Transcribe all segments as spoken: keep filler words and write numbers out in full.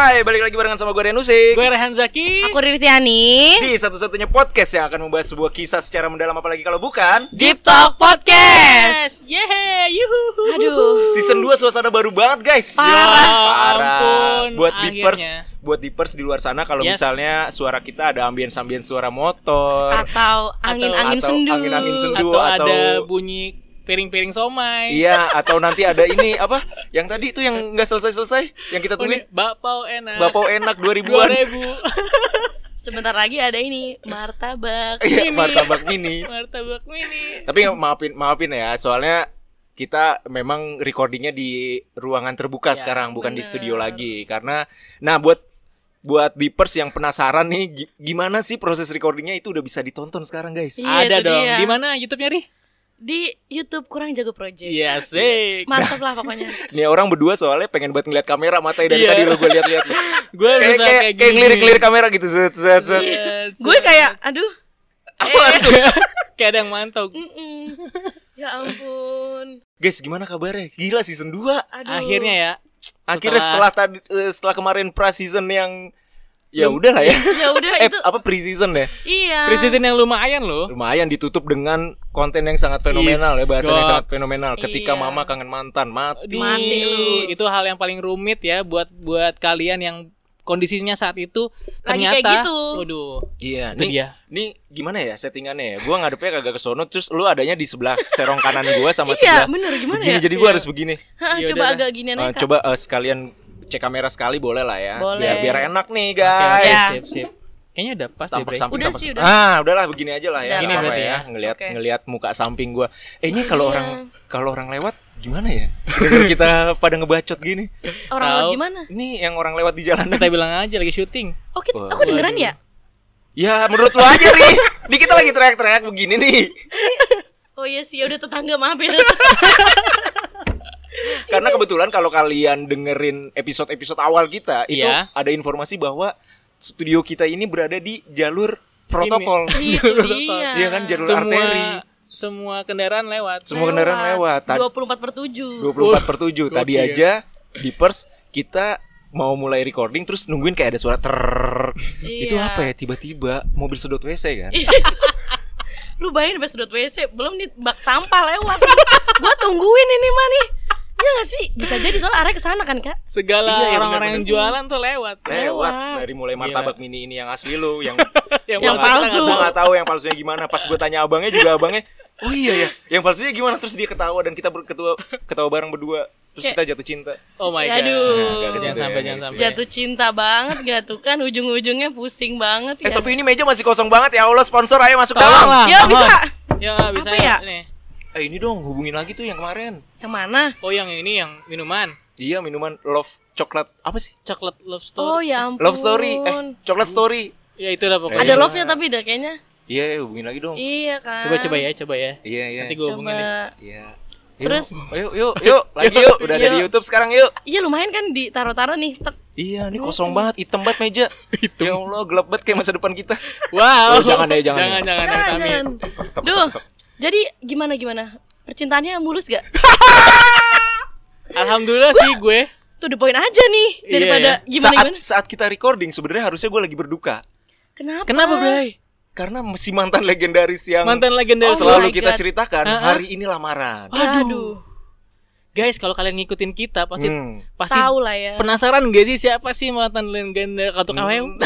Hai, balik lagi barengan sama gue Rian Usik. Gue Rehan Zaki. Aku Riri Tiani. Di satu-satunya podcast yang akan membahas sebuah kisah secara mendalam, apalagi kalau bukan Deep Talk Podcast. Yeay, yuhu. Aduh. Season dua suasana baru banget guys. Parah. Ya Parah. ampun, Buat Deepers, akhirnya. buat Deepers di luar sana, kalau Yes. misalnya suara kita ada ambience-ambience suara motor Atau angin-angin atau sendu. angin-angin sendu. Atau, atau- ada bunyi piring-piring somai. Iya, atau nanti ada ini apa? Yang tadi itu yang nggak selesai-selesai, yang kita Oh, tungguin. ini bakpao enak. Bapau enak dua dua ribuan. ribu. Sebentar lagi ada ini martabak. Iya, Mini. martabak mini. Martabak mini. Tapi maafin maafin ya, soalnya kita memang recordingnya di ruangan terbuka Ya, sekarang, bukan di bener. studio lagi. Karena, nah buat buat Deepers yang penasaran nih, gi- gimana sih proses recordingnya itu udah bisa ditonton sekarang guys. Iya, Ada itu dong. dia. Di mana YouTube-nya, Ri? Di YouTube Kurang Jago Project. Iya, sih. Mantap lah pokoknya. Nih orang berdua soalnya pengen buat ngeliat kamera, matanya dari Iya. tadi lo gue lihat-lihat. Gue Kayak bisa kayak kayak kayak gini. ngelirik-ngelirik kamera gitu, set set set. Iya, Gue kayak aduh. kayak ada yang mantau. Mm-mm. Ya ampun. Guys, gimana kabarnya? Gila season dua. Aduh. Akhirnya ya. Akhirnya Setelah- setelah tadi eh, setelah kemarin pra-season yang ya Belum- udahlah ya. Ya udah Eh, itu. apa pre-season ya? Iya. Pre-season yang lumayan loh. Lumayan ditutup dengan konten yang sangat fenomenal Yes, ya, bahasan yang goks. sangat fenomenal. Ketika Iya. mama kangen mantan, mati. Di- Mati lu. Itu hal yang paling rumit ya buat buat kalian yang kondisinya saat itu Lagi ternyata kayak gitu. waduh, Iya, itu nih, dia. nih gimana ya settingannya ya? Gua ngadepnya kagak ke sono, terus lu adanya di sebelah serong kanan gua sama Iya, sebelah bener gimana begini, ya? jadi gua Iya. harus begini. Hah, Ya coba udah agak ginian Eh, aja. Kak. coba eh, sekalian cek kamera sekali boleh lah ya. Boleh. Biar biar enak nih, Oke, guys. Ya. sip, sip. Kayaknya udah pas deh, Tampak Bre. samping Udah tampak sih, samping. udah. Ah, udahlah begini aja lah ya. Gini nggak apa-apa berarti ya. ya. Ngelihat Oke. ngelihat muka samping gua. Eh, ini kalau Iya. orang kalau orang lewat gimana ya? Dengar kita pada ngebacot gini. Orang Tahu. lewat gimana? Ini yang orang lewat di jalanan. Kita bilang aja lagi syuting. Oh, kita, Wah, aku dengeran waduh. ya? Ya menurut lu aja nih. Nih kita lagi teriak-teriak begini nih. Oh iya sih, udah tetangga maaf ya. Karena kebetulan kalau kalian dengerin episode-episode awal kita itu Iya. ada informasi bahwa studio kita ini berada di jalur protokol. Itu Protokol. dia. Iya kan, jalur Semua arteri. semua kendaraan lewat. Semua kendaraan lewat. Tadi dua puluh empat per tujuh. dua puluh empat per tujuh. Tadi Gokil. aja di Pers kita mau mulai recording terus nungguin kayak ada suara ter. Iya. Itu apa ya? Tiba-tiba mobil sedot W C kan? Iya. Lu bayangin pas sedot W C, belum nih bak sampah lewat. Gua tungguin ini mah nih. Iya gak sih? Bisa jadi soalnya arahnya ke sana kan, Kak? Segala Iya, iya, orang-orang yang benar-benar. jualan tuh lewat. Lewat Lewat. dari mulai martabak mini ini yang asli lu, yang Yang, Yang palsu kita palsu. nggak Gue tahu. gak tahu yang palsunya gimana. Pas gue tanya abangnya juga abangnya, oh iya ya, yang palsunya gimana? Terus dia ketawa dan kita berketua ketawa bareng berdua. Terus Kayak- kita jatuh cinta. Oh my god. Aduh. Nggak ke situ Jangan ya, sampai nggak jangan ke sampai. Jatuh cinta banget gak tuh kan, ujung-ujungnya pusing banget Eh ya. tapi ini meja masih kosong banget ya Allah, sponsor ayo masuk Tolong dalam. lah. Ya mohon. bisa. Ya bisa Apa ya? nih. Eh ini dong hubungin lagi tuh yang kemarin. Yang mana? Oh yang ini yang minuman. Iya minuman love coklat apa sih? Chocolate love story. Oh ya ampun. Love story, eh coklat story. Ya itu lah pokoknya. Ada Eh. love-nya tapi dah kayaknya. Iya hubungin lagi dong. Iya kan. Coba coba ya, coba ya. Iya iya. Nanti gue hubungin deh. Coba. Iya. Terus? Yuk yuk yuk lagi yuk udah ada di Yuk. YouTube sekarang yuk. Iya lumayan kan ditaro-taro nih. Tek. Iya, ini kosong banget, hitam banget meja. Ya Allah, gelap banget kayak masa depan kita. Wow. Oh, jangan deh, jangan. Jangan jangan jangan. Amin. Jangan. Duh. Jadi gimana gimana? Percintaannya mulus gak? Alhamdulillah sih gue. Tuh the point aja nih Iya, daripada ya. gimana saat gimana. saat kita recording sebenarnya harusnya gue lagi berduka Kenapa? Kenapa, Bray? karena si mantan legendaris yang Mantan legendaris. Oh selalu my kita God. ceritakan Ha-ha. hari ini lamaran. Aduh. Guys, kalau kalian ngikutin kita pasti Hmm. pasti Tahu lah ya. penasaran gak sih siapa sih mantan legendaris atau Hmm. kawin?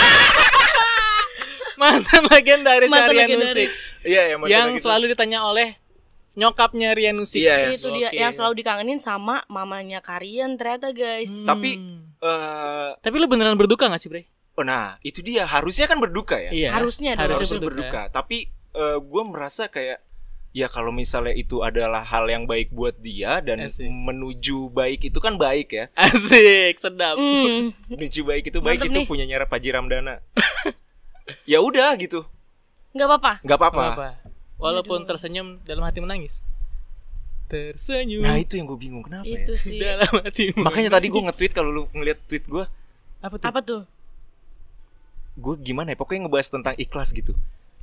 Mantan legendaris Mantan Rian legendaris. Musik Iya, yang mantan yang legendaris. selalu ditanya oleh nyokapnya Rian Musik. Iya, Itu dia Oke. yang selalu dikangenin sama mamanya Karian ternyata guys. Hmm. Tapi eh, Tapi lu beneran berduka gak sih, Bre? oh, nah itu dia harusnya kan berduka ya. Iya. Harusnya dong. Harusnya berduka. Tapi gue merasa kayak ya kalau misalnya itu adalah hal yang baik buat dia dan Asik. menuju baik itu kan baik ya. Asik, sedap. Hmm. Menuju baik itu baik Mantep itu nih. punya nyara Paji Ramdana. Ya udah gitu. Nggak apa-apa. Nggak apa-apa. Apa? Walaupun Aduh. tersenyum dalam hati menangis. Tersenyum Nah itu yang gue bingung kenapa Itu ya. sih. dalam hati. Makanya tadi gue nge-tweet kalau lu ngeliat tweet gue, Apa tuh? Apa tuh? gue gimana ya? Pokoknya ngebahas tentang ikhlas gitu.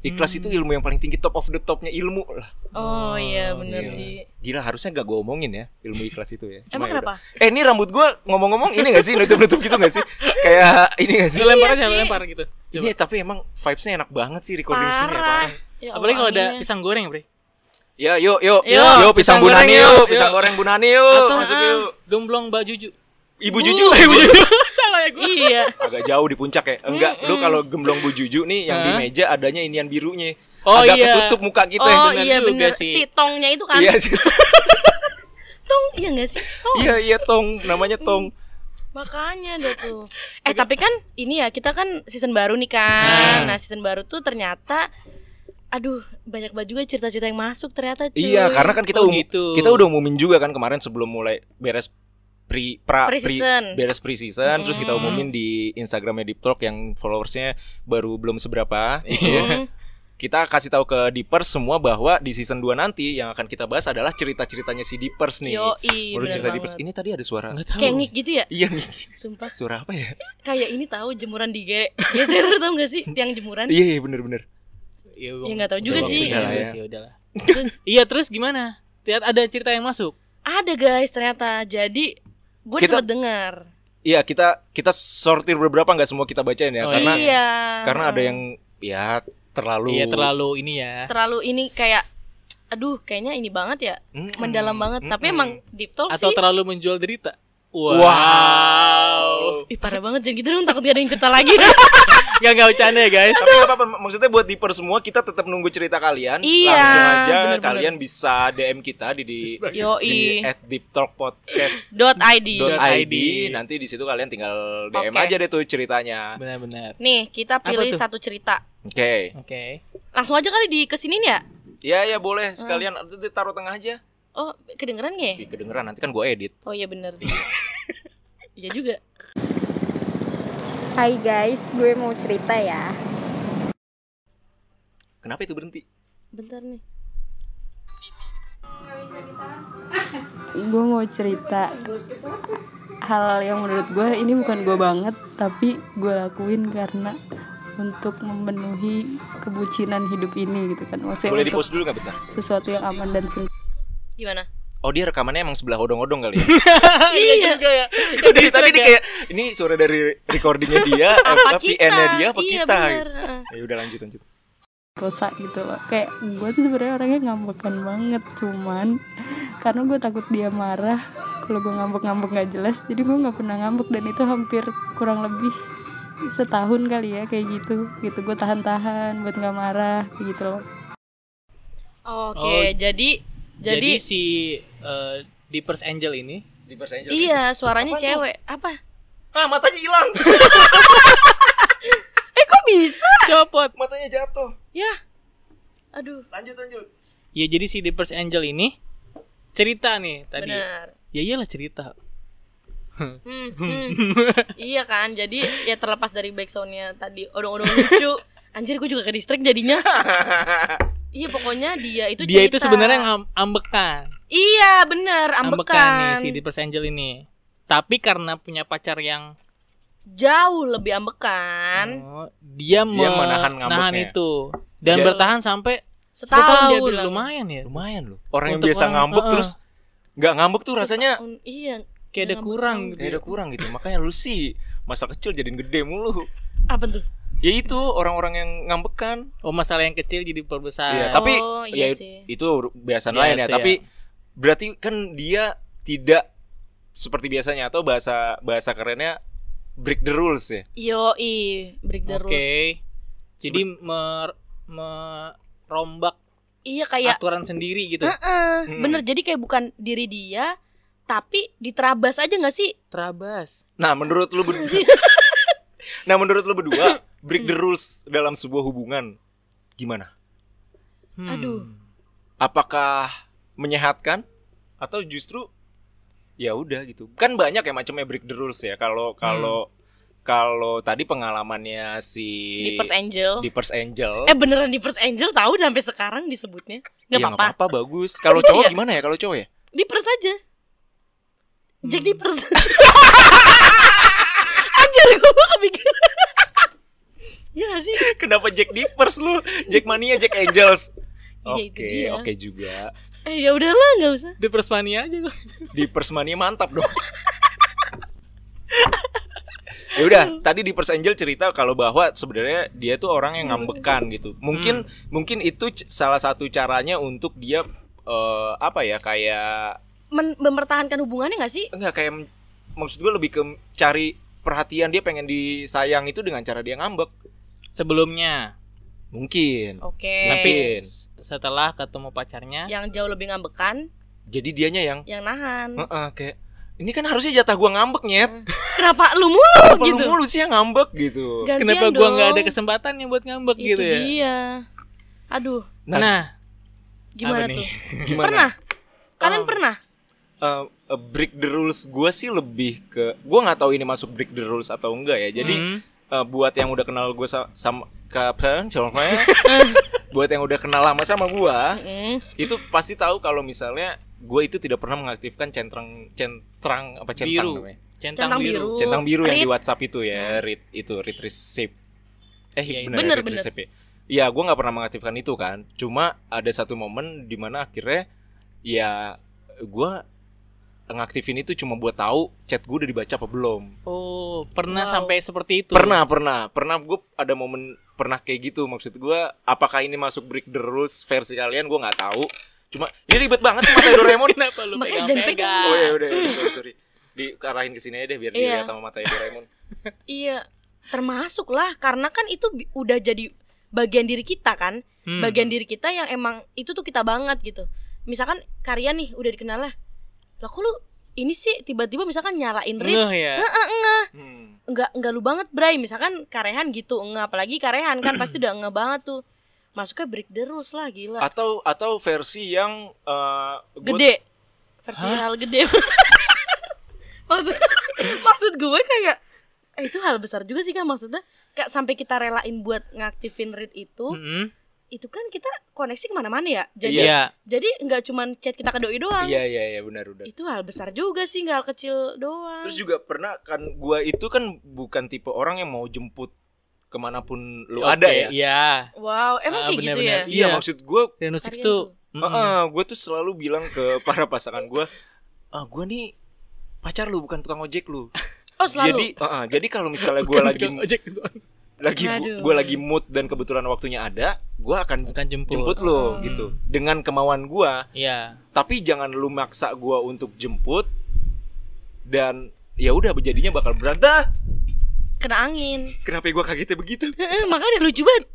Ikhlas Hmm. itu ilmu yang paling tinggi, top of the topnya ilmu lah. Oh iya bener Gila. sih. Gila, harusnya gak gue omongin ya ilmu ikhlas itu ya. Cuma Emang ya kenapa? udah. Eh ini rambut gue ngomong-ngomong ini gak sih nutup-nutup gitu gak sih? Kayak ini gak sih? Lempar Iya aja, sih. lempar gitu. Coba. Ini tapi emang vibes-nya enak banget sih recording di sini ya, Parah. parah. Ya Apalagi Allah, kalau ada anginnya. pisang goreng, Bre. Ya yuk yuk Yuk, yuk, yuk pisang pisang bunani goreng yuk, yuk, pisang yuk. goreng bunani yuk, Atau, masuk ah, yuk. Gemblong Mbak Juju. Ibu Bu. Juju, Ibu Juju. Salah ya gue. Iya. agak jauh di puncak ya. Enggak, lu Mm-mm. kalau gemblong Bu Juju nih yang di Hah? meja adanya inian birunya. Oh agak iya. ketutup muka kita. Oh bener iya juga bener sih. si tongnya itu kan. Iya sih. Tong iya nggak sih? Tong. Iya iya Tong, namanya Tong. Makanya deh tuh. Eh tapi kan ini ya kita kan season baru nih kan. Nah. Nah season baru tuh ternyata, aduh banyak banget juga cerita-cerita yang masuk ternyata cuy. Iya, karena kan kita Oh, umu- gitu. kita udah umumin juga kan kemarin sebelum mulai beres pre pra pre, Pre-season. beres pre-season terus kita Mm. umumin di Instagramnya Deep Talk yang followersnya baru belum seberapa. Hmm. Kita kasih tahu ke Deepers semua bahwa di season dua nanti yang akan kita bahas adalah cerita-ceritanya si Deepers nih. Yoi, Menurut bener cerita Deepers banget. ini tadi ada suara. Enggak tahu. Kayak ngik gitu ya? Iya nih. Sumpah. Suara apa ya? Kayak ini tahu jemuran di G. Geser tau gak sih tiang jemuran? Iya, iya bener-bener. Ya, Ya, nggak tahu juga udah sih. waktunya Udah lah juga ya. sih, udahlah. Terus Iya, terus gimana? Lihat ada cerita yang masuk. ada guys ternyata. Jadi gue Kita- sempet dengar. Iya, kita kita sortir beberapa, nggak semua kita bacain ya, Oh, karena Iya. karena ada yang ya terlalu Iya, terlalu ini ya. terlalu ini kayak aduh kayaknya ini banget ya. Mm-mm. Mendalam banget. Tapi Mm-mm. emang deep talk Atau sih. terlalu menjual derita. Wow. Ih parah banget jangan gitu dong, takut gak ada yang cerita lagi. Gak gak bercanda ya guys. Tapi nggak apa-apa, maksudnya buat Deeper semua kita tetap nunggu cerita kalian. Iya, Langsung aja bener-bener. kalian bisa D M kita di di, Yoi. di at deeptalkpodcast Dot id. dot Dot i id. d. Nanti di situ kalian tinggal D M Oke. aja deh tuh ceritanya. Benar-benar. Nih kita pilih tuh? satu cerita. Oke. Oke. Langsung aja kali di kesinin ya. Ya ya boleh sekalian nanti taruh tengah aja. Oh kedengeran nggak ya? Ih, kedengeran nanti kan gue edit. Oh iya bener. Iya juga. Hai guys, gue mau cerita ya. Kenapa itu berhenti? Bentar nih. Gue mau cerita hal yang menurut gue ini bukan gue banget, tapi gue lakuin karena untuk memenuhi kebucinan hidup ini gitu kan. Maksudnya Boleh di untuk pause dulu nggak bentar? sesuatu yang aman dan senang. Gimana? Oh dia rekamannya emang sebelah odong-odong kali ya? Iya juga ya. Dari tadi dia kayak ini suara dari recordingnya dia, Apa apa V kita? N-nya dia, apa Iya, kita? bener. Ya udah lanjut lanjut. Dosa gitu loh. Kayak gue tuh sebenarnya orangnya ngambekan banget, cuman karena gue takut dia marah kalau gue ngambek-ngambek nggak jelas, jadi gue nggak pernah ngambek, dan itu hampir kurang lebih setahun kali ya kayak gitu gitu gue tahan-tahan buat nggak marah kayak gitu loh. Oke, Oh, jadi Jadi, jadi, si uh, Deepers Angel ini Di Angel. iya suaranya Apa tuh? cewek. Apa? Ah matanya hilang, Eh kok bisa? copot. matanya jatuh. Ya. Aduh. Lanjut lanjut. Ya jadi si Deepers Angel ini cerita nih tadi. Benar. Ya iyalah cerita. Hmm, hmm. Iya kan, jadi ya terlepas dari backsoundnya tadi odong-odong lucu. Anjir gue juga ke distrik jadinya. Iya pokoknya dia itu Dia itu cerita. sebenarnya ngam- ambekan. Iya bener, ambekan. nih si Deepers Angel ini. Tapi karena punya pacar yang Jauh lebih ambekan. oh, dia, Dia me- menahan ngambeknya. nahan itu dan Dia- bertahan sampai Setahun, setahun, dia bilang. lumayan ya. Lumayan loh. Orang yang Untuk biasa orang- ngambek uh-uh. terus nggak ngambek tuh rasanya Setahun, iya. Kayak ada ngambek kurang setahun. gitu. kayak ada kurang gitu. Makanya lu sih masa kecil jadiin gede mulu. Apa tuh? Ya itu orang-orang yang ngambekan. Oh masalah yang kecil jadi perbesar. Iya, tapi Oh, iya ya sih. itu biasa Ya, lain ya. itu Tapi ya. berarti kan dia tidak seperti biasanya, atau bahasa bahasa kerennya break the rules ya. Yoi, break the Oke. rules. Jadi mer- merombak Iya kayak aturan sendiri gitu. Heeh, Mm-mm. bener jadi kayak bukan diri dia tapi diterabas aja nggak sih? Terabas. Nah, menurut lu berdua Nah, menurut lu berdua break the rules dalam sebuah hubungan gimana? Hmm. Aduh. Apakah menyehatkan atau justru ya udah gitu? Kan banyak ya macamnya break the rules ya. Kalau kalau kalau tadi pengalamannya si Deepers Angel. Deepers Angel. Eh beneran Deepers Angel tahu sampai sekarang disebutnya. Gak ya, apa-apa. apa-apa bagus. Kalau Iya, cowok iya. gimana ya? Kalau cowok ya? Deepers aja. Jack Hmm. Deepers. Anjir gue kepikiran. Iya gak sih? Kenapa Jack Dippers lu? Jack Mania, Jack Angels. Iya, itu Oke, dia. oke juga. Eh ya udahlah nggak usah. Di Persmania aja kok. Dippers Mania mantap dong. Ya udah, tadi di First Angel cerita kalau bahwa sebenarnya dia tuh orang yang ngambekan gitu. Mungkin hmm. mungkin itu c- salah satu caranya untuk dia uh, apa ya kayak Men- mempertahankan hubungannya nggak sih? enggak kayak m- maksud gue lebih ke cari perhatian, dia pengen disayang itu dengan cara dia ngambek. Sebelumnya. Mungkin. Oke. Tapi Mungkin. s- setelah ketemu pacarnya, Yang jauh lebih ngambekan, Jadi dianya yang yang nahan. heeh kayak ini kan harusnya jatah gua ngambek nyet. Kenapa lu mulu Kenapa gitu? lu mulu sih yang ngambek gitu. Gantian kenapa gua nggak dong. ada kesempatan yang buat ngambek Itu gitu ya? dia. Aduh, Nah, Nah, gimana apa tuh? nih? gimana? Pernah? Kalian Um, pernah? Uh, uh, break the rules gue sih lebih ke gue nggak tahu ini masuk break the rules atau enggak ya. Jadi Hmm. uh, buat yang udah kenal gue sa- sama kapan contohnya buat yang udah kenal lama sama gue Mm-mm. itu pasti tahu kalau misalnya gue itu tidak pernah mengaktifkan centang centang apa centang Biru. namanya Centang, Centang biru. biru. centang biru yang di Read. WhatsApp itu ya read itu read receipt eh Iya, iya. bener, Bener, read bener. receipt ya. Iya gue nggak pernah mengaktifkan itu kan, cuma ada satu momen dimana akhirnya ya gue ngaktifin itu cuma buat tahu chat gue udah dibaca apa belum. Oh, pernah Wow. sampai seperti itu? Pernah, pernah, pernah gue ada momen pernah kayak gitu. Maksud gue, apakah ini masuk break the rules versi kalian? Gue nggak tahu. Cuma ini ribet banget sih mata Doraemon. Kenapa lu Makanya jangan pegang-pegang? Oh ya udah, ya, sorry sorry. Diarahin ke sini aja deh biar Iya. dilihat sama mata Doraemon. Iya, termasuk lah karena kan itu bi- udah jadi bagian diri kita kan. Hmm. Bagian diri kita yang emang itu tuh kita banget gitu. Misalkan karya nih udah dikenal lah. Lah kok lu ini sih tiba-tiba misalkan nyalain read. Ngeh ya. Hmm. Enggak enggak lu banget, Bray. Misalkan Karehan gitu, enggak apalagi Karehan kan pasti udah enggak banget tuh. Masuknya break the rules lah, gila. Atau atau versi yang uh, gua- Gede. Versi hal gede. maksud maksud gue kayak eh, itu hal besar juga sih kan maksudnya kayak sampai kita relain buat ngaktifin read itu Mm-mm. itu kan kita koneksi kemana-mana ya jadi Iya. jadi nggak cuman chat kita ke doi doang Iya iya iya benar benar. itu hal besar juga sih nggak hal kecil doang. Terus juga pernah kan gua itu kan bukan tipe orang yang mau jemput kemanapun lu Oke, ada ya. Iya. Wow emang Ah, kayak gitu ya benar-benar. Iya Iya. maksud gue Reno Six Kalian tuh. tuh. mm-mm. gue tuh selalu bilang ke para pasangan gue, ah gue nih pacar lu bukan tukang ojek lu. oh selalu Jadi, uh, jadi kalau misalnya gue Bukan lagi tukang ojek, soalnya. lagi Aduh. gue lagi mood dan kebetulan waktunya ada, gue akan Akan jemput. jemput lo Hmm. gitu dengan kemauan gue. Iya. Tapi jangan lu maksa gue untuk jemput dan ya udah jadinya bakal berantak. kena angin. Kenapa gue kagetnya begitu? Makanya lucu banget.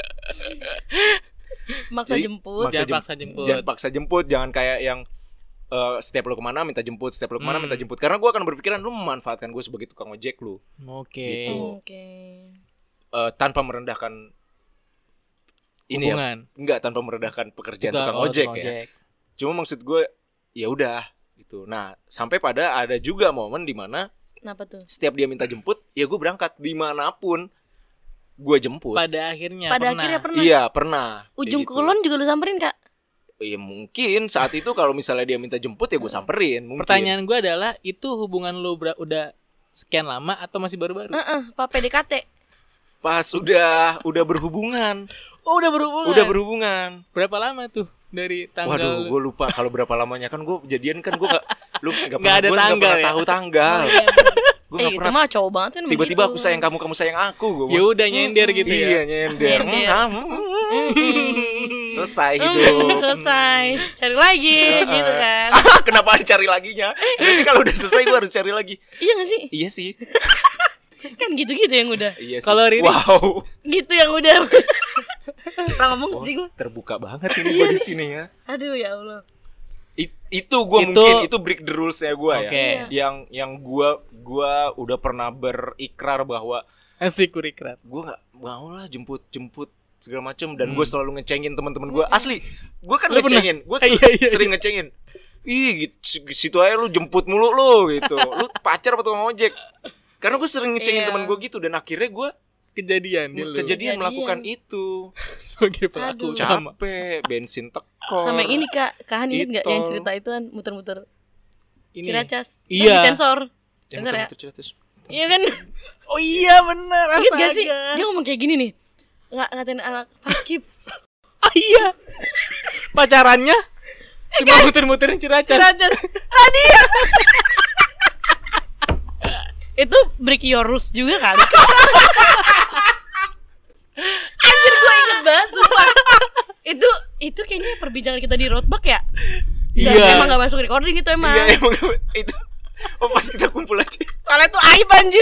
Maksa Jadi, jemput. maksa Jangan jem- paksa jemput. Jangan paksa jemput, jangan kayak yang eh, setiap lu kemana minta jemput, setiap lu kemana Hmm. minta jemput. Karena gue akan berpikiran lu memanfaatkan gue sebagai tukang ojek lu. Oke. Gitu. Oke. Eh, tanpa merendahkan ini ya, Hubungan. enggak tanpa merendahkan pekerjaan Tukang- tukang oh, ojek tukang ya. ojek. Cuma maksud gue ya udah gitu. Nah sampai pada ada juga momen dimana Kenapa tuh? setiap dia minta jemput, ya gue berangkat dimanapun gue jemput. Pada akhirnya Pada pernah. akhirnya pernah. Iya pernah. Kayak Ujung gitu. kulon juga lu samperin kak? Iya mungkin saat itu kalau misalnya dia minta jemput ya gue samperin. Mungkin. Pertanyaan gue adalah itu hubungan lu ber- udah sekian lama atau masih baru-baru? Heeh, Pak P D K T. Pas udah udah berhubungan, Oh, udah berhubungan. udah berhubungan. Berapa lama tuh dari tanggal? Waduh, gue lupa kalau berapa lamanya kan gue jadian kan gue gak lu Nggak nggak pernah ada gue nggak tanggal pernah ya? tahu tanggal. Oh, iya. Gue eh nggak itu pernah. mah cowok banget kan Tiba-tiba begitu. aku sayang kamu, kamu sayang aku. Gue Ya udah nyender gitu iya ya. nyender. Nyender. Hmm, Mm-mm. selesai Mm, hidup. selesai. Cari lagi gitu kan. Kenapa harus cari laginya? Nanti kalau udah selesai gue harus cari lagi. Iya gak sih? Iya sih. Kan gitu-gitu yang udah. Iya sih. Kalau Riri- wow. Gitu yang udah. Setelah ngomong Oh, sih gue. terbuka banget ini gue di sini ya. Aduh ya Allah. It- itu gue Itu- mungkin itu break the rules ya gue Oke. ya. Yang yang gue gua udah pernah berikrar bahwa Asik kurikrat. gue nggak mau lah jemput jemput segala macem dan Hmm. gue selalu ngecengin teman-teman gue. Asli, gue kan Lu pernah? ngecengin, gue Iya, iya, sering ngecengin. Ih, gitu, situ aja lu jemput mulu lu gitu. Lu pacar apa tukang ojek? Karena gue sering ngecengin Iya. teman gue gitu dan akhirnya gue Kejadian di lu. kejadian Kejadian. melakukan itu. Sebagai pelaku Aduh. utama. Capek, bensin tekor. Sama yang ini kak, Kahan inget gak Itol. yang cerita itu kan muter-muter Ini. Ciracas. Iya. Kan disensor. Yang Bener ya? muter-muter cerita. Iya kan? Oh iya benar. Ingat gak sih? Dia ngomong kayak gini nih. Nggak ngatain anak Paskib. Ah iya. Pacarannya cuma muter-muterin Ciracas. Ciracas. Ah dia. Itu break your rules juga kali. Anjir gue inget banget sumpah. Itu itu kayaknya perbincangan kita di roadback ya. Dan Iya. emang gak masuk recording itu emang. Iya emang itu. Oh pas kita kumpul aja. Soalnya tuh aib anjir.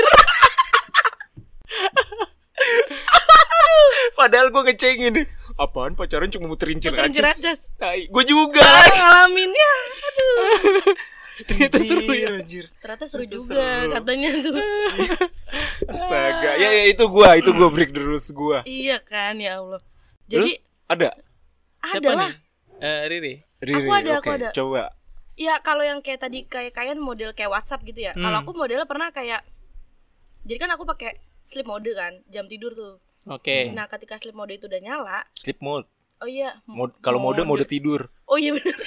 Padahal gue ngecengin. Apaan pacaran cuma muterin Muterin Ciracas? Ciracas. Tai, gue juga. Ngalaminnya. Aduh. Ternyata seru ya. Anjir. Ternyata seru Itu juga seru. katanya tuh. Astaga. Ya ya itu gue, itu gue break the rules gue. Iya kan ya Allah. Jadi Ada? Siapa ada lah. nih? Eh Riri. Riri, Aku ada, aku oke, ada. coba. Ya kalau yang kayak tadi kayak kalian model kayak WhatsApp gitu ya. Hmm. Kalau aku modelnya pernah kayak, jadi kan aku pakai sleep mode kan, jam tidur tuh. Oke. Nah ketika sleep mode itu udah nyala, Sleep mode. oh iya. Mod- kalau mode mode tidur. Oh iya benar.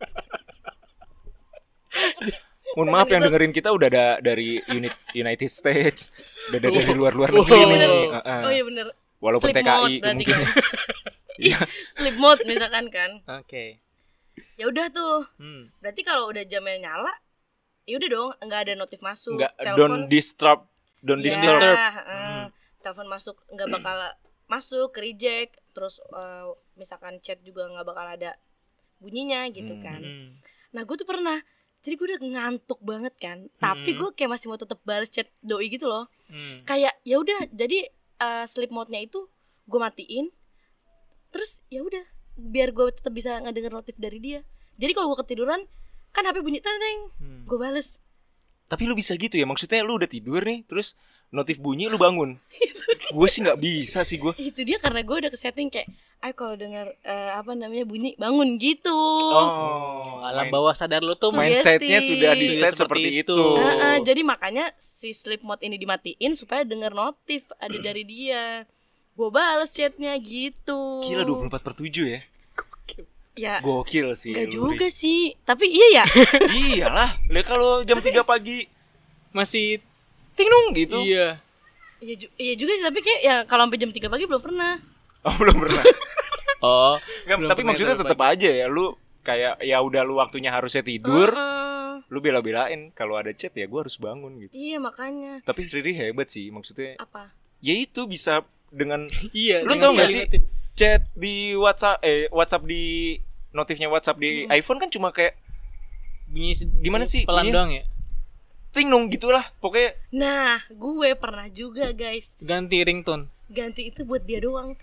Mohon maaf yang Itu- dengerin kita udah ada dari unit United States, udah ada dari luar-luar Oh. negeri Oh, nih. bener. Heeh. Oh iya benar. Walaupun Sleep T K I mode berarti mungkin. kan. Iya. Sleep mode misalkan kan. Oke. Ya udah tuh. Hmm. Berarti kalau udah jamnya nyala, ya udah dong, nggak ada notif masuk. Enggak, Telepon- don't disturb, don't Iya, disturb. heeh. Hmm. Telepon masuk nggak bakal masuk, ke reject, terus eh, misalkan chat juga nggak bakal ada bunyinya gitu Hmm. kan. Hmm. Nah gue tuh pernah, jadi gue udah ngantuk banget kan, tapi Hmm. gue kayak masih mau tetap balas chat doi gitu loh. Hmm. Kayak ya udah, jadi eh, sleep mode-nya itu gue matiin, terus ya udah biar gue tetap bisa ngedenger notif dari dia. Jadi kalau gue ketiduran kan H P bunyi teng, Hmm. gue bales. Tapi lu bisa gitu ya? Maksudnya lu udah tidur nih, terus notif bunyi lu bangun. Gue sih nggak bisa sih gue. Itu dia karena gue udah ke setting kayak, ay kalau dengar eh, apa namanya bunyi bangun gitu. Oh, Alam main- bawah sadar lu tuh Sugesti. mindsetnya sudah di set Seperti seperti itu. itu. Heeh, jadi makanya si sleep mode ini dimatiin supaya denger notif ada dari dia. Gue bales chatnya gitu. Gila dua puluh empat per tujuh ya. Ya Gokil sih. enggak lu, juga sih. Tapi iya ya. Ri. Iyalah. Lihat kalau jam tiga pagi Masih tingnung gitu. iya. Iya, ju- iya juga sih, tapi kayak ya kalau sampai jam tiga pagi belum pernah. Oh, belum pernah. Oh. Nggak, Belum tapi pernah maksudnya sampai tetap aja ya lu kayak ya udah lu waktunya harusnya tidur, Heeh. lu bela-belain kalau ada chat ya gua harus bangun gitu. Iya makanya. Tapi Riri hebat sih, maksudnya Apa? ya itu bisa dengan Iya. Lu dengan tau nggak sekali sih? notif. chat di WhatsApp eh WhatsApp di notifnya WhatsApp di Hmm. iPhone kan cuma kayak Bunyi Gimana sih pelan bunyinya? doang ya? tingnung gitulah pokoknya. Nah, gue pernah juga guys Ganti ringtone. ganti itu buat dia doang.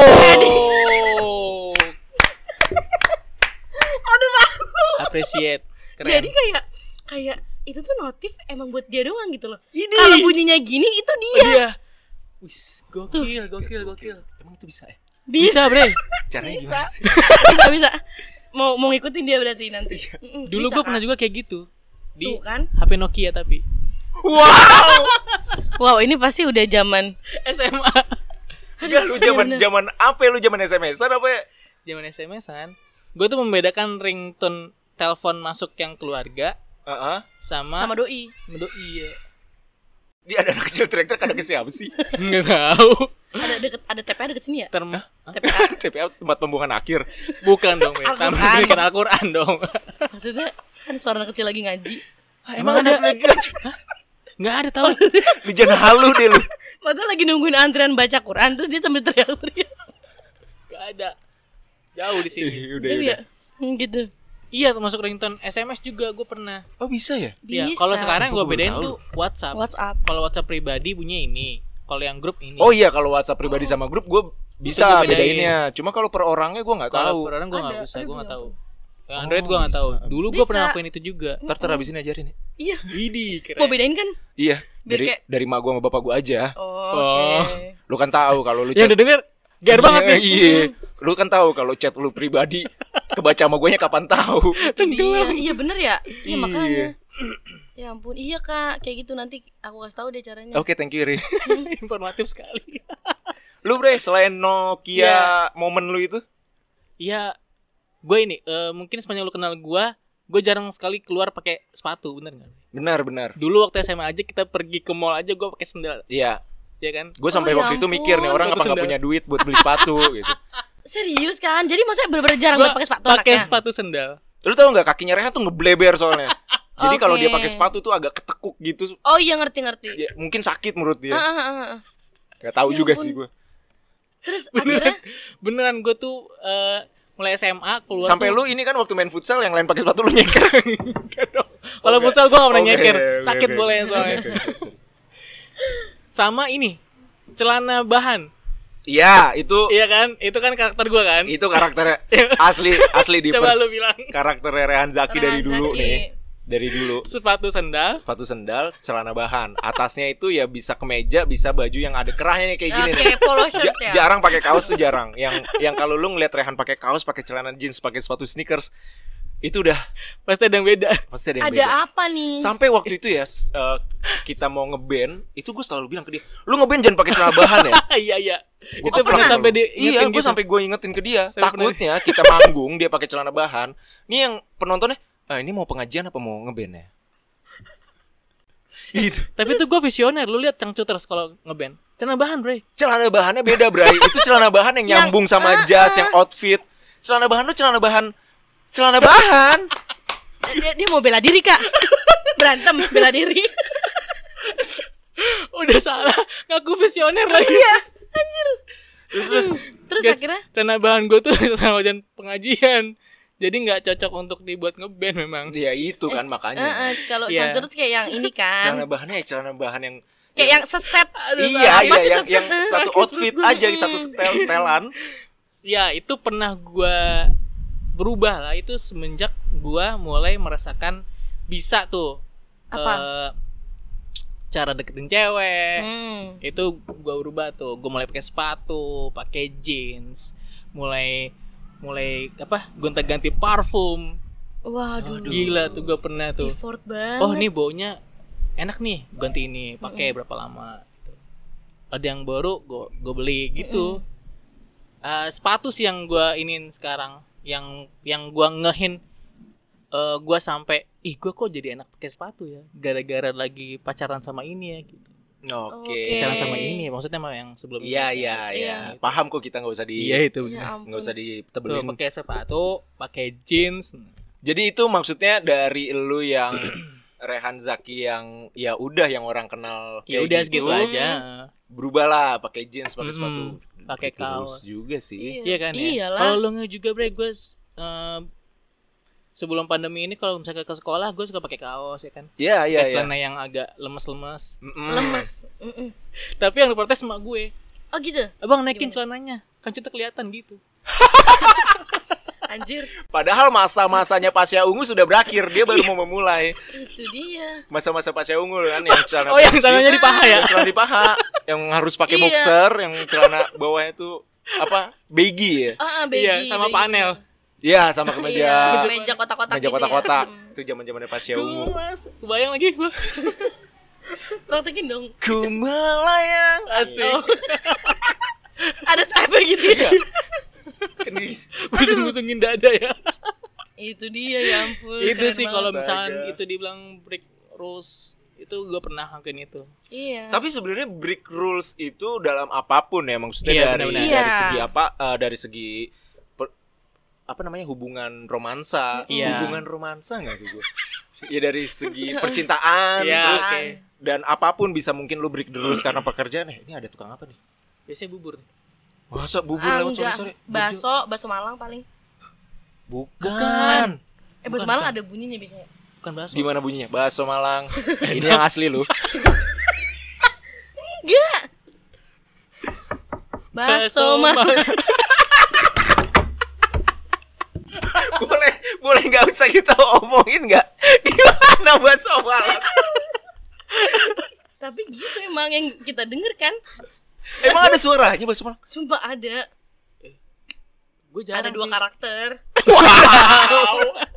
Wow. Aduh malu. Appreciate. Keren. Jadi kayak kayak itu tuh notif emang buat dia doang gitu loh. ini. Kalau bunyinya gini itu Oh, dia. iya. Wis, gokil, gokil, gokil. Emang itu bisa ya? Bisa, Bre. Caranya Bisa. gimana sih? bisa bisa. Mau mau ngikutin dia berarti nanti. Mm-mm, Dulu bisa, gue Kak. pernah juga kayak gitu. Di Tuh kan. H P Nokia tapi Wow. Wow, ini pasti udah zaman S M A. Ya lu zaman zaman apa ya? Lu zaman S M S-an apa ya? Zaman S M S-an. Gue tuh membedakan ringtone telepon masuk yang keluarga Heeh. sama sama doi. Medo iya. Dia ada anak kecil teriak-teriak ada ke siapa sih? Enggak tahu. Ada deket ada T P A deket sini ya? Term T P A. T P A tempat pembuangan akhir. bukan dong, Be. Al-Quran. Taman dekat Al-Qur'an dong. Maksudnya kan suara anak kecil lagi ngaji. Emang ada? Enggak ada tahu. Lu jangan halu deh lu. Padahal lagi nungguin antrian baca Quran terus dia sambil teriak-teriak. Enggak ada. Jauh di sini. Ih, udah, Jadi udah. ya hmm, gitu. Iya, termasuk ringtone S M S juga gue pernah. Oh bisa ya? Iya, Bisa. kalau sekarang gue Gua baru bedain tahu. tuh WhatsApp. WhatsApp. Kalau WhatsApp pribadi bunyinya ini, kalau yang grup ini. Oh iya kalau WhatsApp pribadi sama grup gue bisa gua bedain. bedainnya. Cuma kalau per orangnya gue nggak tahu. Kalau per orang gue nggak Ada, bisa, ada gue nggak juga. tahu. Yang Android gue nggak bisa. tahu. Dulu gue pernah Bisa. lakuin itu juga. Ntar ntar abis ini ajarin ya. Iya. Widih, keren. Mau bedain kan? Iya. Biar Dari kayak- dari mak gue sama bapak gue aja. Oh, oke. Lu kan tahu kalau lu Yang chat. udah denger, ger banget nih. Iya. Lu kan tahu kalau chat lu pribadi kebaca sama gue nya kapan tahu. Tenggelam. Iya, iya bener ya? Iya Iya. makanya. Ya ampun, iya Kak, kayak gitu nanti aku kasih tahu deh caranya. Oke, thank you Ri. Informatif sekali. Lu bre selain Nokia Iya. momen lu itu? Iya, gue ini eh, mungkin sepanjang lu kenal gue, gue jarang sekali keluar pakai sepatu, bener nggak? Benar, benar. Dulu waktu S M A aja kita pergi ke mall aja gue pakai sendal, Iya. ya kan? Gue sampai Oh, ya waktu itu mikir nih, ampun. orang apa Sepatu nggak sendal. punya duit buat beli sepatu gitu. Serius kan? Jadi maksudnya bener-bener jarang Gua banget pakai sepatu pakai anaknya? sepatu sendal. Lu tau nggak kakinya Rehan tuh ngebleber soalnya. Jadi kalau dia Oke. pakai sepatu tuh agak ketekuk gitu. Oh iya ngerti-ngerti. Ya, mungkin sakit menurut dia. Ah, ah, ah, ah. Gak tahu Ya juga ampun. sih gue. Terus Beneran, akhirnya beneran gue tuh eh, mulai S M A keluar. Sampai tuh- lu ini kan waktu main futsal yang lain pakai sepatu lu nyeker. Enggak dong. Kalau Oke. futsal gue gak pernah Oke, nyeker, oke, sakit oke. boleh soalnya. Oke, oke, oke. Sama ini celana bahan, Iya, itu iya kan? Itu kan karakter gue kan. itu karakter asli asli di Coba pers- lu bilang. karakter Rehan Zaki dari Rehan dulu Zaki. nih. Dari dulu. Sepatu sendal. Sepatu sendal, celana bahan. Atasnya itu ya bisa kemeja, bisa baju yang ada kerahnya nih kayak gini Oke, nih. polo shirt Ja- ya. jarang pakai kaos tuh jarang. Yang yang kalau lu ngeliat Rehan pakai kaos, pakai celana jeans, pakai sepatu sneakers, itu udah Pasti ada yang beda. pasti ada yang Ada beda. apa nih? Sampai waktu itu ya s- eh, kita mau ngeband, itu gue selalu bilang ke dia, lu ngeband jangan pakai celana bahan ya. Iya iya. Gua Itu kan pernah pernah sampai loh. di Iya, gue gitu. sampai gue ingetin ke dia. Sampai pernah- Takutnya kita manggung dia pakai celana bahan. Nih yang penontonnya, ah ini mau pengajian apa mau ngeband ya? Gitu. Tapi itu gue visioner. Lu lihat yang Cuters kalau ngeband. Celana bahan, Bre. Celana bahannya beda, Bray. Itu celana bahan yang Yang- nyambung sama ah, jas, ah. yang outfit. Celana bahan tuh celana bahan celana bahan. Dia, dia mau bela diri, Kak. Berantem bela diri. Udah salah. Ngaku visioner lagi. Iya, anjir. Terus, terus Terus Guys, akhirnya celana bahan gue tuh celana bahan pengajian. Jadi nggak cocok untuk dibuat ngeband memang. ya itu kan eh, makanya. eh, kalau Iya. cancur tuh kayak yang ini Celana kan. bahannya ya celana bahan yang Kayak yang seset. Aduh, iya, salah. iya Masih yang seset, yang eh, satu sakit outfit perut gue. aja, satu setel-setelan. Ya itu pernah gua berubah lah. Itu semenjak gua mulai merasakan bisa tuh Apa? eh, cara deketin cewek. Hmm. Itu gua ubah tuh. Gua mulai pakai sepatu, pakai jeans, mulai mulai apa? Gonta-ganti parfum. Waduh. Gila tuh gua pernah tuh. Effort banget. Oh, nih baunya enak nih, ganti ini. Pakai berapa lama gitu. Ada yang baru gua gua beli gitu. Eh, sepatu sih yang gua inin sekarang, yang yang gua ngehin eh gua sampai ih gua kok jadi enak pakai sepatu ya gara-gara lagi pacaran sama ini ya gitu. Oke. Oke. Pacaran sama ini maksudnya mah yang sebelumnya. Iya, iya, iya. Iya. Paham kok, kita nggak usah di Iya itu Ya benar. ampun. nggak usah Tuh, ditebelin. pakai sepatu, pakai jeans. Jadi itu maksudnya dari lu yang Rehan Zaki yang ya udah yang orang kenal Ya kayak udah gitu, segitu aja. berubah lah pakai jeans, pakai Mm-mm. sepatu, Pakai Terus kaos. juga sih. Iya kan ya. Iyalah. Kalau lu nge juga bre, gue eh, sebelum pandemi ini kalau misalnya ke sekolah gue suka pakai kaos ya kan. Iya, iya, Pakai iya. celana yang agak lemes-lemes. Mm-mm. Lemes. Mm-mm. Tapi yang diprotes sama gue, Oh gitu. abang naikin Gimana? celananya, kan cukup kelihatan gitu. Anjir. Padahal masa-masanya Pasya Ungu sudah berakhir, dia baru mau memulai. Itu dia. Masa-masa Pasya Ungu kan yang celana Oh yang pensil, celananya di paha ya? yang celana di paha, yang harus pakai Iya. boxer, yang celana bawahnya itu apa? Baggy ya? Ah, ah, baggy, Iya, sama baggy. panel. Iya, sama kemeja. Iya, meja kotak-kotak Meja gitu kotak-kotak. ya. Hmm. Itu zaman-zamannya Pasya Ungu. Mas, kebayang lagi gua. Praktekin dong. Ku melayang. Asik. Oh. Ada cyber gitu ya. Kan di- Busung-busungin dada ya. Itu dia ya ampun. Itu keren sih banget. kalau Astaga. misalkan itu dibilang break rules, itu gue pernah ngelakuin itu. Iya. Tapi sebenarnya break rules itu dalam apapun ya, maksudnya Iya, dari benar-benar. dari Iya. segi apa? eh, dari segi per- apa namanya hubungan romansa, Iya. hubungan romansa nggak tuh gue? Ya dari segi percintaan, Iya, terus oke. dan apapun bisa mungkin lu break the rules karena pekerjaan. Eh, ini ada tukang apa nih? Biasanya bubur. Masa bubur Ah, lewat enggak. sore-sore? Bakso, bakso Malang paling. Bukan. Eh, bakso Bukan, Malang bukan. ada bunyinya biasanya. Bukan bakso. Gimana bunyinya? Bakso Malang. Ini yang asli lu. Enggak. Bakso Malang. boleh boleh nggak usah kita omongin nggak? Gimana bakso Malang? Tapi gitu emang yang kita denger kan. Emang ada suaranya bakso Malang? Sumpah ada. Gue jarang Ada dua sih. karakter. Wow.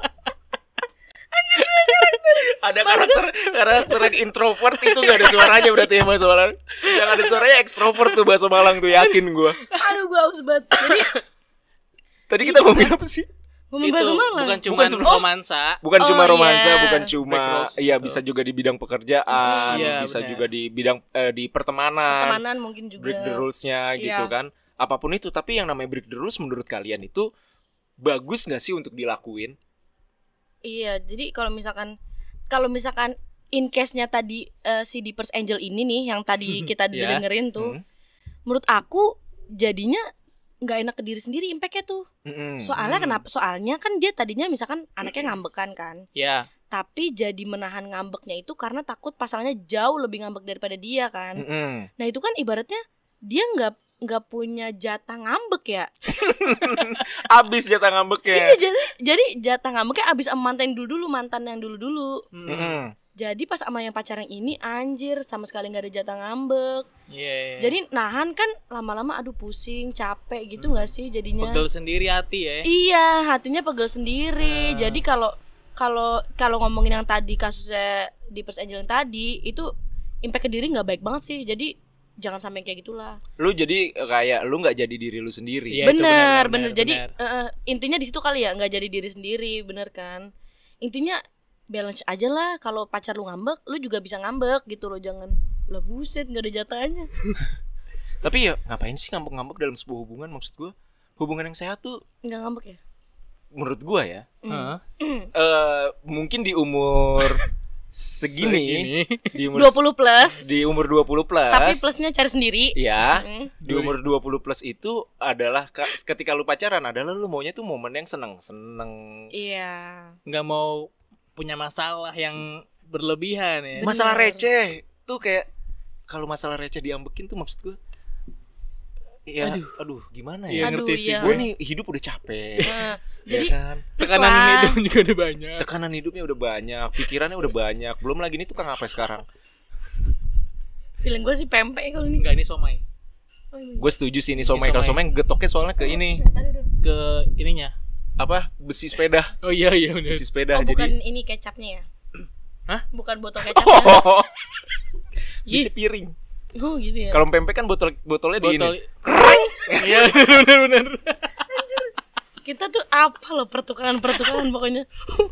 Ada karakter karakter yang introvert itu nggak ada suaranya berarti ya bakso Malang. Yang ada suaranya ekstrovert tuh bakso Malang tuh, yakin gua. Aduh, gua haus banget. Jadi Tadi kita ngomongin apa sih? Ngomong itu bahasa Malang. bukan cuma Bukan sebenarnya- romansa. Bukan Oh, cuma romansa, iya. bukan cuma Break rules, iya gitu. bisa juga di bidang pekerjaan, Iya, bisa benar. juga di bidang eh, di pertemanan, Pertemanan mungkin juga. break the rules-nya gitu Iya. kan. Apapun itu, tapi yang namanya break the rules menurut kalian itu bagus nggak sih untuk dilakuin? Iya, jadi kalau misalkan kalau misalkan in case-nya tadi eh, si Deepers Angel ini nih yang tadi kita Iya. dengerin tuh, Hmm. menurut aku jadinya nggak enak ke diri sendiri impact-nya tuh. Mm-mm. Soalnya Hmm. kenapa? Soalnya kan dia tadinya misalkan anaknya ngambekan kan, Ya. tapi jadi menahan ngambeknya itu karena takut pasangannya jauh lebih ngambek daripada dia kan. Mm-mm. Nah itu kan ibaratnya dia nggak nggak punya jatah ngambek ya. Abis jatah ngambeknya. Iya jadi jadi jatah ngambeknya abis sama mantan dulu dulu mantan yang dulu dulu. Hmm. Mm-mm. Jadi pas sama yang pacar yang ini anjir sama sekali nggak ada jatah ngambek. Iya. Jadi nahan kan lama-lama aduh pusing capek gitu nggak sih jadinya? pegel sendiri hati ya. Iya hatinya pegel sendiri. Ah. Jadi kalau kalau kalau ngomongin yang tadi kasusnya di First Angel yang tadi itu impact ke diri nggak baik banget sih. Jadi jangan sampai kayak gitulah. Lu jadi eh, kayak lu nggak jadi diri lu sendiri. Iya, itu bener, benar, bener. benar, Jadi benar. eh, eh, intinya di situ kali ya nggak jadi diri sendiri, bener kan? Intinya balance aja lah. Kalau pacar lu ngambek, lu juga bisa ngambek gitu loh. Jangan lah buset nggak ada jatahnya. Tapi ya ngapain sih ngambek-ngambek dalam sebuah hubungan, maksud gua? Hubungan yang sehat tuh Nggak ngambek ya? menurut gua ya Hah? eh mungkin di umur segini, Segini. di umur dua puluh plus. di umur dua puluh plus. Tapi plusnya cari sendiri. ya, Mm. di umur dua puluh plus itu adalah ka- ketika lu pacaran adalah lu maunya tuh momen yang seneng-seneng. Iya. Nggak mau punya masalah yang berlebihan ya. Bener. Masalah receh tuh kayak kalau masalah receh diambekin tuh maksud gua ya aduh, Aduh. gimana Iya, ya? Aduh, ngerti sih iya. Gue gue. nih hidup udah capek. Nah, ya jadi kan? please Tekanan lah. hidup juga udah banyak. Tekanan hidupnya udah banyak, pikirannya udah banyak. Belum lagi nih tukang apa sekarang? Feeling gue sih pempek kalau ini. Enggak, ini somai. Oh, ini. Gue setuju sih ini somai. Kalau Somai. somai getoknya soalnya ke ini Aduh, aduh. Ke ininya. apa? Besi sepeda. Oh iya iya benar. Besi sepeda Oh, bukan jadi. ini kecapnya ya? Hah? Bukan botol kecapnya. Oh, besi Ih, piring. oh gitu ya. Kalau pempek kan botol botolnya di Botol. ini. Iya benar benar. Kita tuh apa loh pertukaran-pertukaran pokoknya.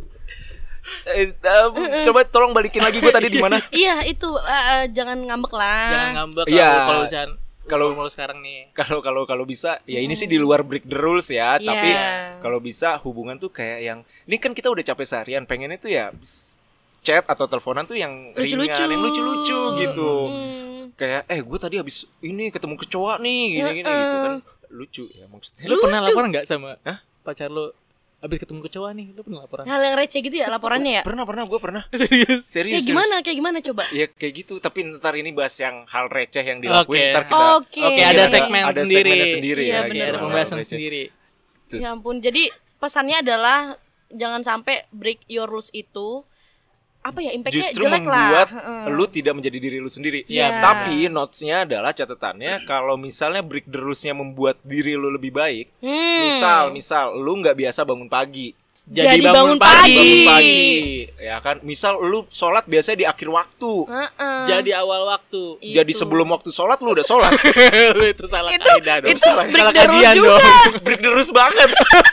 Eh, eh, coba tolong balikin lagi gue tadi di mana? Iya, itu eh, eh, jangan ngambek lah. Jangan ngambek Iya. kalau kalau jangan Kalau- kalau sekarang nih. Kalau kalau kalau bisa ya ini sih di luar break the rules ya, Iya. tapi kalau bisa hubungan tuh kayak yang ini kan kita udah capek seharian, pengennya tuh ya s- chat atau teleponan tuh yang Lucu-lucu. ringan, yang lucu-lucu gitu. Hmm. Kayak eh gue tadi habis ini ketemu kecoa nih gini-gini Heeh. gitu kan. Lucu ya maksudnya. Lu pernah Lucu. laporan nggak sama Hah? pacar lu habis ketemu kecoa nih? Lu pernah laporan? Hal yang receh gitu ya laporannya ya. Pernah pernah gue pernah. Serius? Serius. Kayak gimana? Kayak gimana coba? serius. Ya kayak gitu, tapi ntar ini bahas yang hal receh yang dilakuin Oke. ntar kita Oke. Oke, Iya, ada iya. segmen ada sendiri. segmennya sendiri Iya, ya. bener, Oke, gitu, ada hal pembahasan receh. sendiri. Tuh. Ya ampun. Jadi pesannya adalah jangan sampai break your rules itu apa ya impactnya Justru jelek membuat lah. Heeh. lu tidak menjadi diri lu sendiri. Iya, Tapi notesnya adalah catatannya kalau misalnya break the rules-nya membuat diri lu lebih baik. Hmm. Misal, misal lu nggak biasa bangun pagi, Jadi bangun pagi. bangun pagi, ya kan? Misal lu sholat biasanya di akhir waktu. Heeh. Jadi awal waktu. Itu. Jadi sebelum waktu sholat lu udah sholat. Itu salah Itu- kaidah dong. itu salah break salah the rules kajian juga. dong. break the rules banget.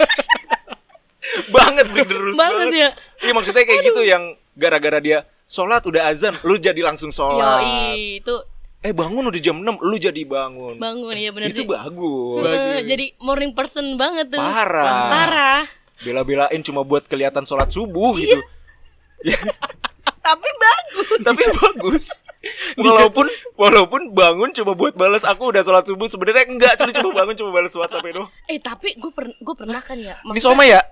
banget break the rules banget ya. Iya maksudnya kayak gitu yang gara-gara dia sholat udah azan, lu jadi langsung sholat. Yoi, itu Eh bangun udah jam enam, lu jadi bangun. bangun ya benar Itu sih. bagus. Heeh, jadi morning person banget tuh. Parah. Parah. Bela-belain cuma buat kelihatan sholat subuh gitu. Tapi bagus. Tapi bagus. Walaupun walaupun bangun cuma buat balas aku udah sholat subuh, sebenarnya enggak, cuma cuma bangun cuma balas WhatsApp itu. Eh tapi gue per gue pernah kan ya. Ini Soma ya?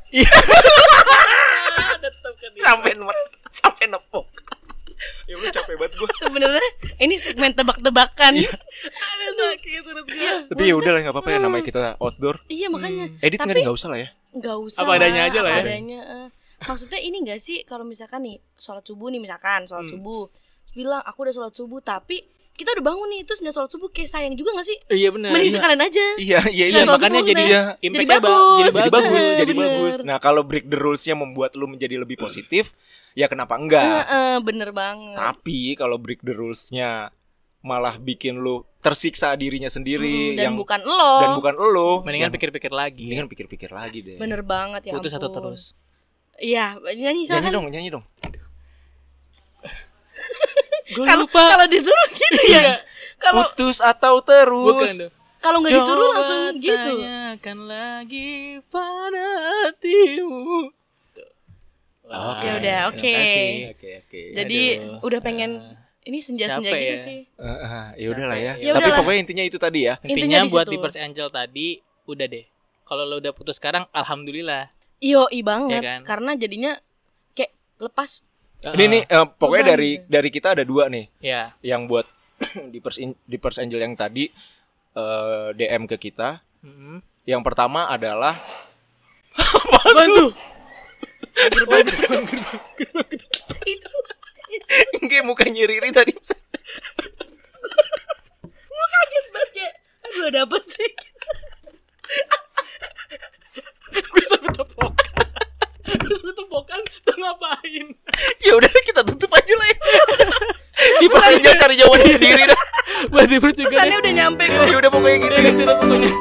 Tetap kan dia. Sampai ne- sampai nepok. Ya udah capek banget gua. Sebenarnya ini segmen tebak-tebakan. Iya. Aduh sakit perut gue. Tapi ya udahlah enggak apa-apa ya namanya kita outdoor. Iya makanya. Edit Tapi- nggak enggak usah lah ya. Nggak usah. Apa adanya lah, aja lah apa ya. adanya, eh. Maksudnya ini nggak sih kalau misalkan nih sholat subuh nih misalkan sholat Hmm. subuh, terus bilang aku udah sholat subuh tapi kita udah bangun nih terus nggak sholat subuh kayak sayang juga nggak sih? Iya benar. Mending sekalian aja. Iya, iya Iya, iya. sholat makanya subuh jadi udah. impact-nya Jadi ba- bagus. jadi Jadi bagus, Bener, jadi bener. bagus. Nah, kalau break the rules-nya membuat lu menjadi lebih positif, ya kenapa enggak? Heeh, bener banget. Tapi kalau break the rules-nya malah bikin lu tersiksa dirinya sendiri Mm, dan yang bukan lo. dan bukan elu. Mendingan Yang- pikir-pikir lagi. mendingan pikir-pikir lagi deh. Bener banget ya Putus atau ampun. terus. Iya, nyanyi Nyanyi silakan. dong, nyanyi dong. Gue Kalau lupa. kalau disuruh gitu ya. Kalau Putus atau terus? Bukan dong. kalau nggak disuruh langsung gitu. Tanyakan lagi pada hatimu. Oke, Ya udah, terima oke. kasih. Oke, oke. Jadi Aduh. udah pengen ini senja-senja Capek gitu ya. sih. Uh, uh, ya udahlah ya. Ya Tapi udahlah. pokoknya intinya itu tadi ya. Intinya, Intinya di buat situ. di First Angel tadi udah deh. Kalau lo udah putus sekarang, alhamdulillah. Iyo, i banget. Ya kan? Karena jadinya kayak lepas. Ini nih eh, pokoknya Beban dari gitu. dari kita ada dua nih Ya. yang buat di First In- di First Angel yang tadi eh, D M ke kita. Mm-mm. Yang pertama adalah Bantu. Nggak, mukanya Riri tadi. Kaget banget kayak, aduh ada apa sih? Gue sampai tepokan. Gue sampai tepokan. Tuh ngapain? Ya udah kita tutup aja lah ya. Di First Angel cari jawaban sendiri dah. Berarti juga. Pesannya udah nyampe gitu. Ya udah pokoknya gitu. Ya gitu dah pokoknya.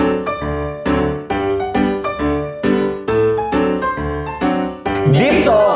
Deep Talk